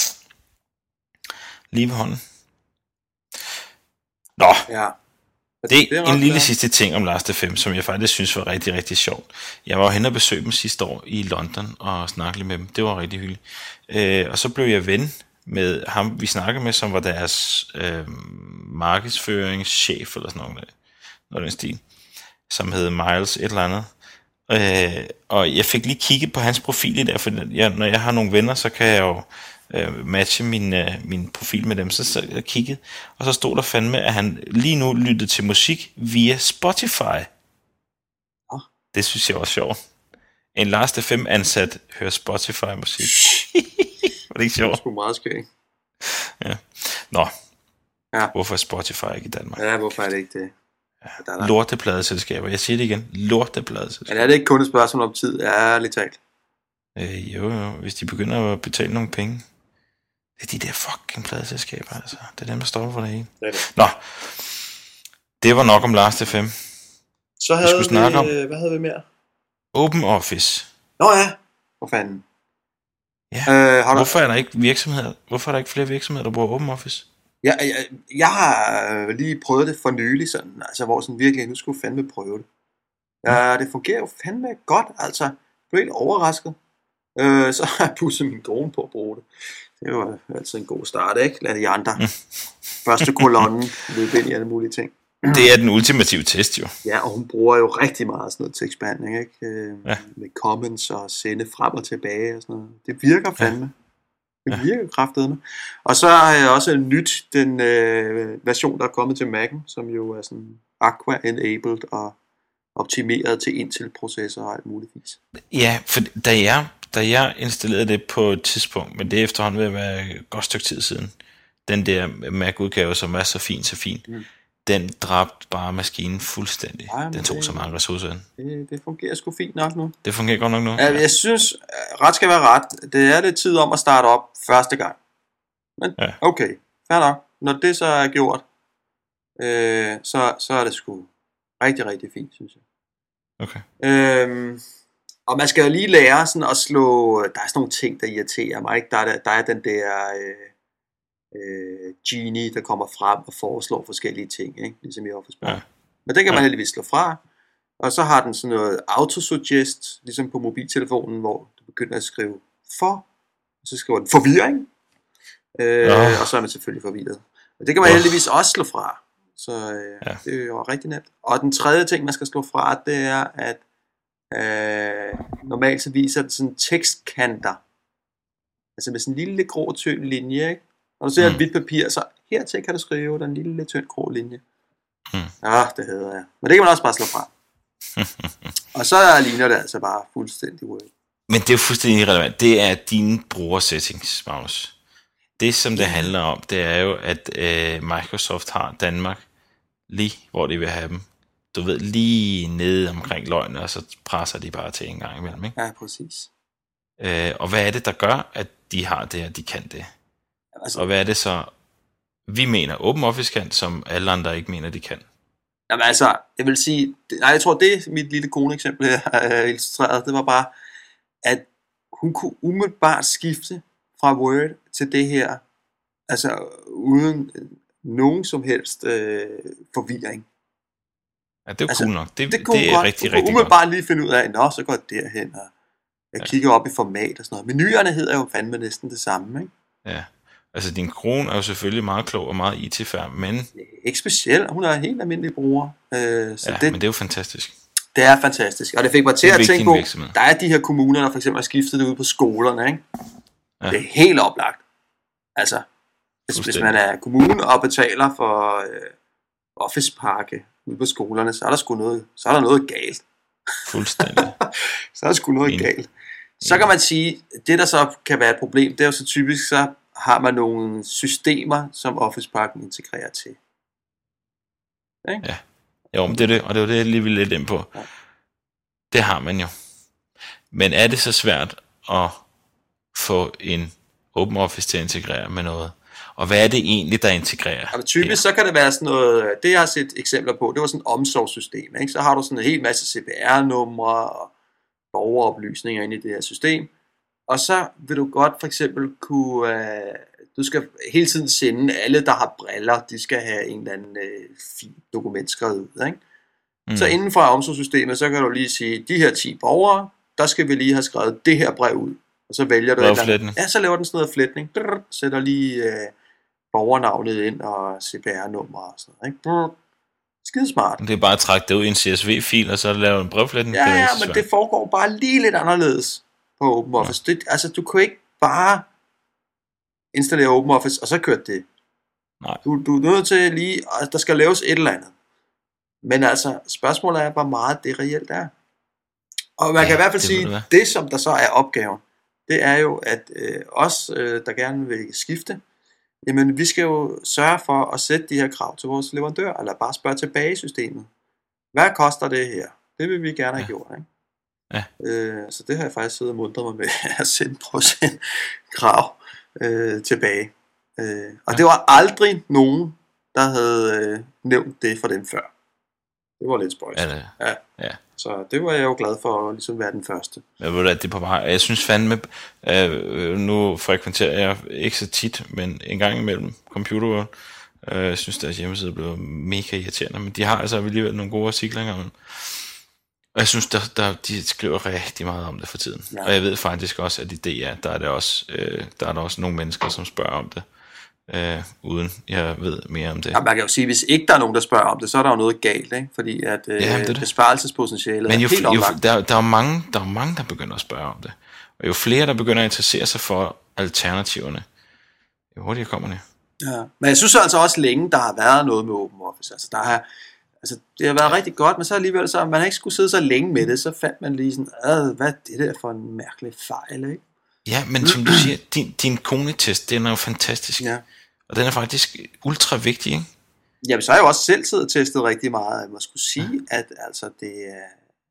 lige ved hånden. Nå, ja. det, det er en lille der. sidste ting om Last F M, som jeg faktisk synes var rigtig, rigtig sjovt. Jeg var jo hen og besøgte dem sidste år i London og snakkede lidt med dem. Det var rigtig hyggeligt. Øh, og så blev jeg ven med ham, vi snakkede med, som var deres øh, markedsføringschef eller sådan noget, noget den stil, som hed Miles et eller andet. Øh, og jeg fik lige kigget på hans profil i der, for jeg, når jeg har nogle venner, så kan jeg jo øh, matche min, øh, min profil med dem. Så, så jeg kiggede, og så stod der fandme, at han lige nu lyttede til musik via Spotify. Oh. Det synes jeg var sjovt. En Last F M ansat hører Spotify musik. Var det ikke sjovt? Det er sgu meget skægt. Ja. Nå. Ja. Hvorfor er Spotify ikke i Danmark? Ja, hvorfor er det ikke det? Ja. Lortepladeselskaber. Jeg siger det igen. Lortepladeselskaber. Men er det ikke kun et spørgsmål om tid? Ærligt talt. Øh, jo, jo. Hvis de begynder at betale nogle penge. Det er de der fucking pladeselskaber, altså. Det er dem, der står for det hele. Det er det. Nå. Det var nok om Last F M. Så havde vi, vi om hvad havde vi mere? Open Office. Nå ja. Hvor fanden? Ja. Øh, har Hvorfor er der ikke virksomheder? Hvorfor er der ikke flere virksomheder, der bruger Open Office? Jeg, jeg, jeg har lige prøvet det for nylig, sådan, altså hvor sådan virkelig, nu skulle fandme prøve det. Ja, det fungerer jo fandme godt, altså. Jeg blev helt overrasket. Øh, så har jeg pusset min kone på at bruge det. Det var altså en god start, ikke? Lad de andre. Første kolonnen løb ind i alle mulige ting. Det er den ultimative test, jo. Ja, og hun bruger jo rigtig meget sådan noget tekstbehandling, ikke? Øh, ja. Med comments og sende frem og tilbage og sådan noget. Det virker fandme. Det virker kraftedeme. Og så har jeg også nyt den øh, version, der er kommet til Mac'en, som jo er sådan Aqua-enabled og optimeret til Intel-processor og alt muligt vis. Ja, for da jeg, da jeg installerede det på et tidspunkt, men det er efterhånden ved at være et godt stykke tid siden, den der Mac-udgave, som er så fin, så fin, mm. den dræbte bare maskinen fuldstændig. Ej, den tog det, så mange ressourcer. Det, det fungerer sgu fint nok nu. Det fungerer godt nok nu. Ja, jeg synes, ret skal være ret. Det er lidt tid om at starte op første gang. Men ja. Okay, fair nok. Når det så er gjort, øh, så, så er det sgu rigtig, rigtig fint, synes jeg. Okay. Øhm, og man skal jo lige lære sådan at slå, der er sådan nogle ting, der irriterer mig, ikke? Der er, der er den der øh, øh, genie, der kommer frem og foreslår forskellige ting, ikke? Ligesom i Office. Ja. Men det kan man ja. heldigvis slå fra. Og så har den sådan noget autosuggest, ligesom på mobiltelefonen, hvor du begynder at skrive for, og så skriver den forvirring, øh, ja. og så er man selvfølgelig forvirret. Og det kan man ja. heldigvis også slå fra. Så øh, ja. det er jo rigtig nemt. Og den tredje ting, man skal slå fra, det er, at øh, normalt så viser den sådan tekstkanter. Altså med sådan en lille grå tynd linje, ikke? Og du ser mm. et hvidt papir, så hertil kan du skrive den lille tynd grå linje. Mm. Ja, det hedder jeg. Men det kan man også bare slå fra. Og så ligner det altså bare fuldstændig Word. Men det er jo fuldstændig irrelevant. Det er dine brugersettings, Magnus. Det, som det handler om, det er jo, at øh, Microsoft har Danmark lige, hvor de vil have dem. Du ved, lige nede omkring løgene, og så presser de bare til en gang imellem, ikke? Ja, præcis. Øh, og hvad er det, der gør, at de har det, og de kan det? Altså, og hvad er det så, vi mener OpenOffice kan, som alle andre ikke mener, de kan? Jamen altså, jeg vil sige, det, nej, jeg tror, det mit lille kone-eksempel her er illustreret, det var bare, at hun kunne umiddelbart skifte fra Word til det her, altså uden nogen som helst øh, forvirring. Ja, det er jo altså, cool nok. Det, det, det, det er godt, rigtig, rigtig godt. umiddelbart lige finde ud af, nå, så går det derhen, og jeg ja. kigger op i format og sådan noget. Menuerne hedder jo fandme næsten det samme, ikke? Ja, altså din kone er jo selvfølgelig meget klog og meget I T-færdig, men... Ja, ikke specielt, hun er en helt almindelig bruger. Øh, så ja, det, men det er jo fantastisk. Det er fantastisk, og det fik mig til at tænke på, virksomhed. Der er de her kommuner, der for eksempel har skiftet det ud på skolerne, ikke? Ja. Det er helt oplagt. Altså, hvis, hvis man er kommune og betaler for øh, Office-pakke ude på skolerne, så er der sgu noget, så er der noget galt. Fuldstændig. så er der sgu noget Enig. galt. Så kan man sige, det der så kan være et problem, det er jo så typisk, så har man nogle systemer, som Office-pakken integrerer til. Ikke? Ja. Jo, men det er det, og det er det, jeg lige vil lidt ind på. Ja. Det har man jo. Men er det så svært at få en OpenOffice til at integrere med noget? Og hvad er det egentlig, der integrerer? Altså, typisk her? Så kan det være sådan noget, det jeg har set eksempler på, det var sådan et omsorgssystem. Ikke? Så har du sådan en hel masse C P R-numre og borgeroplysninger inde i det her system. Og så vil du godt for eksempel kunne, øh, du skal hele tiden sende alle, der har briller, de skal have en eller anden øh, fin dokument skrevet ud. Ikke? Mm. Så inden for omsorgssystemet, så kan du lige sige, de her ti borgere, der skal vi lige have skrevet det her brev ud. Og så vælger du... Eller, ja, så laver den sådan noget flætning. Brrr, sætter lige øh, borgernavnet ind og C P R-nummer og sådan noget. Ikke? Brrr. Skidesmart. Det er bare at trække det ud i en C S V-fil, og så lave en brevflætning. Ja, ja, men det foregår bare lige lidt anderledes på OpenOffice. Ja. Det, altså, du kan ikke bare installere OpenOffice, og så køre det. Nej. Du, du er nødt til lige, der skal laves et eller andet. Men altså, spørgsmålet er, hvor meget det reelt er. Og man ja, kan i hvert fald det sige, det, det som der så er opgaven, det er jo, at øh, os, øh, der gerne vil skifte, jamen vi skal jo sørge for at sætte de her krav til vores leverandør, eller bare spørge tilbage i systemet. Hvad koster det her? Det vil vi gerne have ja. gjort, ikke? Ja. Øh, så det har jeg faktisk siddet og mundret mig med, at sende, prøve at sende krav øh, tilbage. Øh, og ja. det var aldrig nogen, der havde øh, nævnt det for dem før. Det var lidt spøjst. Ja, det. Ja. ja. Så det var jeg jo glad for at ligesom være den første. Jeg ved det er på vej. Jeg synes fandme, øh, nu frekventerer jeg ikke så tit, men en gang imellem Computer World. Øh, jeg synes deres hjemmeside blev mega irriterende, men de har altså alligevel nogle gode artikler engang. Og jeg synes, der, der, de skriver rigtig meget om det for tiden. Ja. Og jeg ved faktisk også, at i D R, der er, det også, øh, der er der også nogle mennesker, som spørger om det. Øh, uden jeg ved mere om det. Ja, man kan jo sige, hvis ikke der er nogen, der spørger om det, så er der jo noget galt, ikke? Fordi at øh, ja, det besparelsespotentialet Men jo, er helt jo, oplagt. der, der, er mange, der er mange, der begynder at spørge om det. Og jo flere, der begynder at interessere sig for alternativerne, jo hurtigere kommer det. Ja. Men jeg synes altså også længe, der har været noget med OpenOffice. Altså, der har, altså, det har været ja. rigtig godt, men så alligevel, så man har ikke skulle sidde så længe med det, så fandt man lige sådan, hvad er det der for en mærkelig fejl, ikke? Ja, men som du siger, din, din konetest, den er jo fantastisk. Ja. Og den er faktisk ultra vigtig, ikke? Jamen, så har jeg jo også selv siddet og testet rigtig meget. Jeg må skulle sige, ja. at altså, det er...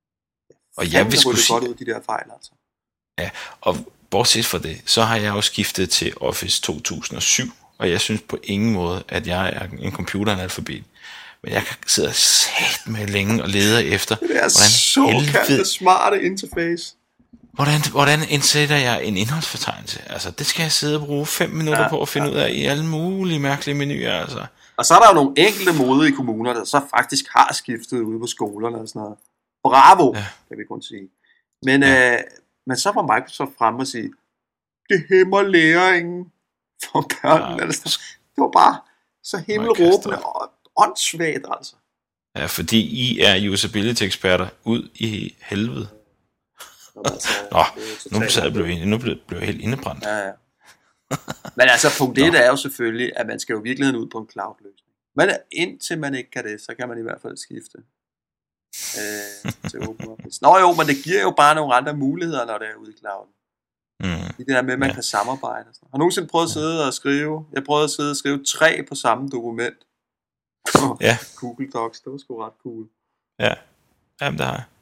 Og jeg vil skulle sige... godt ud, de der fejl, altså. Ja, og bortset fra det, så har jeg jo skiftet til Office to tusind og syv, og jeg synes på ingen måde, at jeg er en computeranalfabet. Men jeg kan sidde og sætte med længe og lede efter... Det er såkaldte smarte interface. Hvordan, hvordan indsætter jeg en indholdsfortegnelse? Altså, det skal jeg sidde og bruge fem minutter ja, på at finde ja. ud af i alle mulige mærkelige menuer, altså. Og så er der jo nogle enkelte modige kommuner, der så faktisk har skiftet ude på skolerne og sådan noget. Bravo, ja. kan vi kun sige. Men, ja. øh, men så var Microsoft fremme og sige, det hæmmer læringen for børnene. Ja. Altså, det var bare så himmelråbende og åndssvagt, altså. Ja, fordi I er usability-eksperter ud i helvede. Altså, Nå, nu sad jeg, blev, nu blev, blev jeg helt indebrændt. Ja, ja. Men altså, punkt et er jo selvfølgelig, at man skal jo i virkeligheden ud på en cloud-løsning. Men indtil man ikke kan det, så kan man i hvert fald skifte. øh, til OpenOffice. Nå jo, men det giver jo bare nogle andre muligheder, når det er ude i clouden. Mm. Det der med, at man Ja. kan samarbejde. Og sådan. Har du nogensinde prøvet at sidde og skrive? Jeg prøvede at sidde og skrive tre på samme dokument. På Ja. Google Docs, det var sgu ret cool. Ja, jamen det har jeg.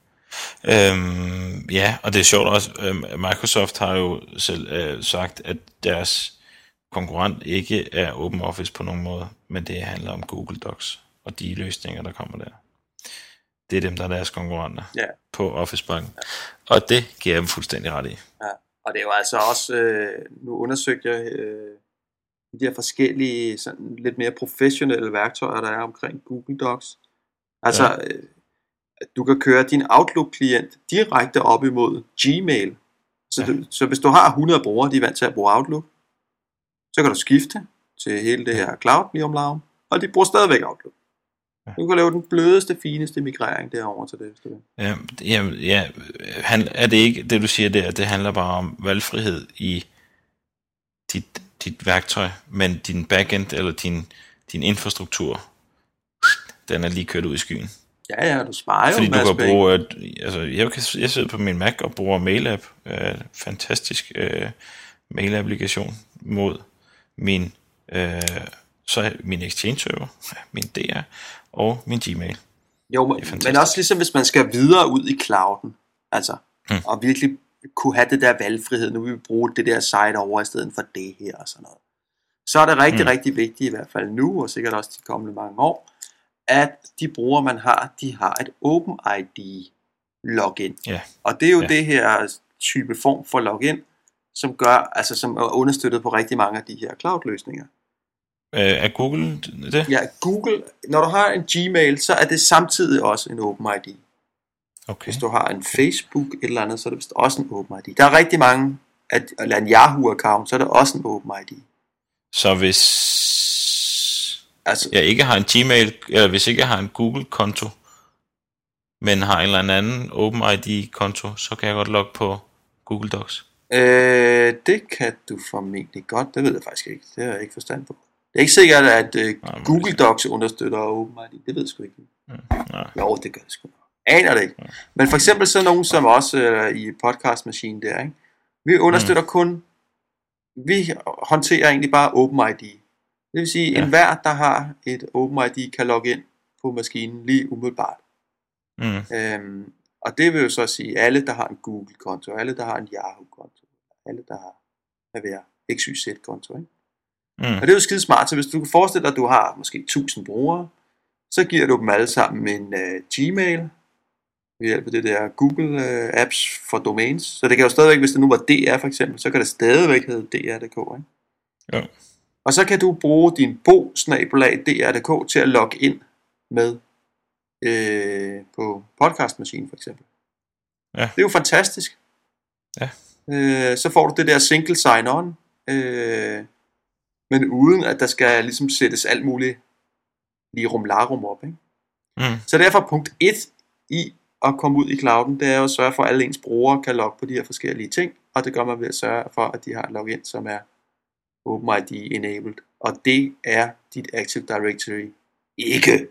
Øhm, ja, og det er sjovt også, øhm, Microsoft har jo selv øh, sagt, at deres konkurrent ikke er OpenOffice på nogen måde, men det handler om Google Docs og de løsninger, der kommer der. Det er dem, der er deres konkurrenter Ja. på Office-banken. Ja. Og det giver jeg dem fuldstændig ret i. Ja. Og det er jo altså også, øh, nu undersøgte jeg øh, de her forskellige sådan lidt mere professionelle værktøjer, der er omkring Google Docs. Altså, Ja. øh, at du kan køre din Outlook-klient direkte op imod Gmail. Så, Ja. du, så hvis du har hundrede brugere, de er vant til at bruge Outlook, så kan du skifte til hele det her cloud lige om laven, og de bruger stadigvæk Outlook. Ja. Du kan lave den blødeste, fineste migrering derover til det. Hvis du vil. Ja, ja, ja han, er det ikke det, du siger der, det handler bare om valgfrihed i dit, dit værktøj, men din backend eller din, din infrastruktur, den er lige kørt ud i skyen. Ja, ja, du sparer jo Fordi en du masse kan penge. bruge, øh, altså jeg, kan, jeg sidder på min Mac og bruger MailApp, øh, fantastisk øh, mail-applikation mod min, øh, så min Exchange-server, min D R og min Gmail. Jo, men, fantastisk. men også ligesom hvis man skal videre ud i clouden, altså, Hmm. og virkelig kunne have det der valgfrihed, nu vil vi bruge det der site over i stedet for det her og sådan noget. Så er det rigtig, Hmm. rigtig vigtigt, i hvert fald nu, og sikkert også de kommende mange år, at de brugere, man har, de har et OpenID login. Ja. Og det er jo Ja. det her type form for login, som gør, altså som er understøttet på rigtig mange af de her cloud-løsninger. Øh, er Google det? Ja, Google, når du har en Gmail, så er det samtidig også en OpenID. Okay. Hvis du har en Facebook et eller andet, så er det vist også en OpenID. Der er rigtig mange, at, eller en Yahoo-account, så er det også en OpenID. Så hvis Altså, jeg ikke har en Gmail, eller hvis ikke jeg har en Google-konto, men har en eller anden OpenID-konto, så kan jeg godt logge på Google Docs. øh, det kan du formentlig godt. Det ved jeg faktisk ikke. Det har jeg ikke forstand på. Det er ikke sikkert, at øh, men Google hvis- Docs understøtter OpenID. Det ved jeg sgu ikke. Mm, nej. Jo, det gør det sgu. Aner det ikke. Men for eksempel så nogen som også øh, i podcastmaskinen der, ikke? Vi understøtter mm. kun, vi håndterer egentlig bare OpenID. Det vil sige, Ja. ja. enhver, der har et OpenID, kan logge ind på maskinen lige umiddelbart. Mm, Øhm, og det vil jo så sige, alle, der har en Google-konto, alle, der har en Yahoo-konto, alle, der har hvad ved jeg, X Y Z-konto, ikke? mm, Og det er jo skide smart, så hvis du kan forestille dig, at du har måske tusind brugere, så giver du dem alle sammen en uh, Gmail, ved hjælp af det der Google uh, Apps for domains. Så det kan jo stadigvæk, hvis det nu var D R for eksempel, så kan det stadigvæk hedde D R punktum d k, ikke? jo. Og så kan du bruge din bo-snabelag D R punktum d k til at logge ind med øh, på podcastmaskinen for eksempel. Ja. Det er jo fantastisk. Ja. Øh, så får du det der single sign-on, øh, men uden at der skal ligesom sættes alt muligt lige rumlarum op, ikke? Mm, Så derfor punkt et i at komme ud i clouden, det er jo at sørge for, at alle ens brugere kan logge på de her forskellige ting, og det gør man ved at sørge for, at de har en login, som er OpenID enabled, og det er dit Active Directory ikke.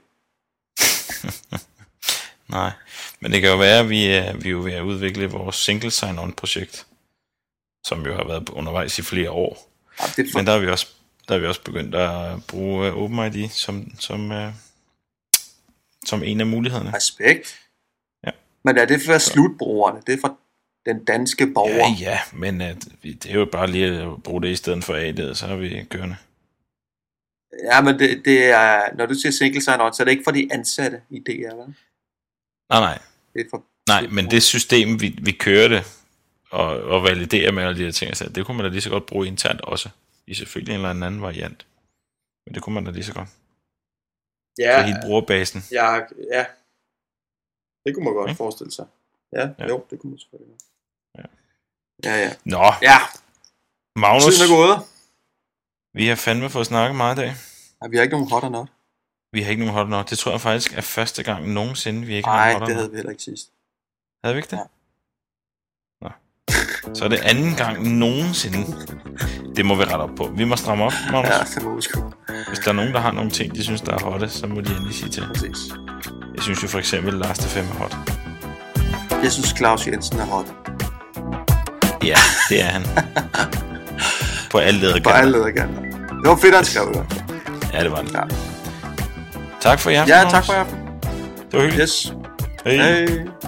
nej. Men det kan jo være, at vi er, vi er jo ved at udvikle vores single sign-on projekt, som jo har været undervejs i flere år. Ja, det er for, Men der er vi også, der er vi også begyndt at bruge uh, OpenID som, som, uh, som en af mulighederne. respekt. Ja. Men er det for slutbrugerne? Det er for den danske borger? Ja, ja, men uh, det er jo bare lige at bruge det i stedet for A D'et, så er vi kørende. Ja, men det, det er, når du siger single sign-on, så er det ikke for de ansatte i D R, vel? Nej, nej. Det er for Nej, men det system, vi, vi kørte og, og validerer med alle de her ting, så det kunne man da lige så godt bruge internt også. I selvfølgelig en eller anden variant. Men det kunne man da lige så godt. ja, For hele brugerbasen. ja, ja. Det kunne man godt Okay. forestille sig. Ja, Ja. ja, jo, det kunne man selvfølgelig godt. Ja. Ja, ja. Nå, Ja, Magnus, tiden er gået. vi har fandme fået snakket meget i dag. Ja, vi har ikke nogen hot or not. Vi har ikke nogen hot nok. Det tror jeg faktisk er første gang nogensinde, vi ikke har Nej, en hot det nok. havde vi heller ikke sidst. Havde vi ikke det? Ja. Nå. Så er det anden gang nogensinde. Det må vi rette op på. Vi må stramme op, Magnus. Ja, det må vi sgu. Hvis der er nogen, der har nogle ting, de synes, der er hotte, så må de endelig sige til. Præcis. Jeg synes jo for eksempel, Lars de Fem er hot. Jeg synes, Claus Jensen er hot. Ja, det er han. På alle lederkanter. På alle lederkanter. Det var fedt, han skrev det. Ja, det var det. Ja. Tak for i aften. Ja, tak for i aften. Det var hyggeligt. Yes. Hej. Hej.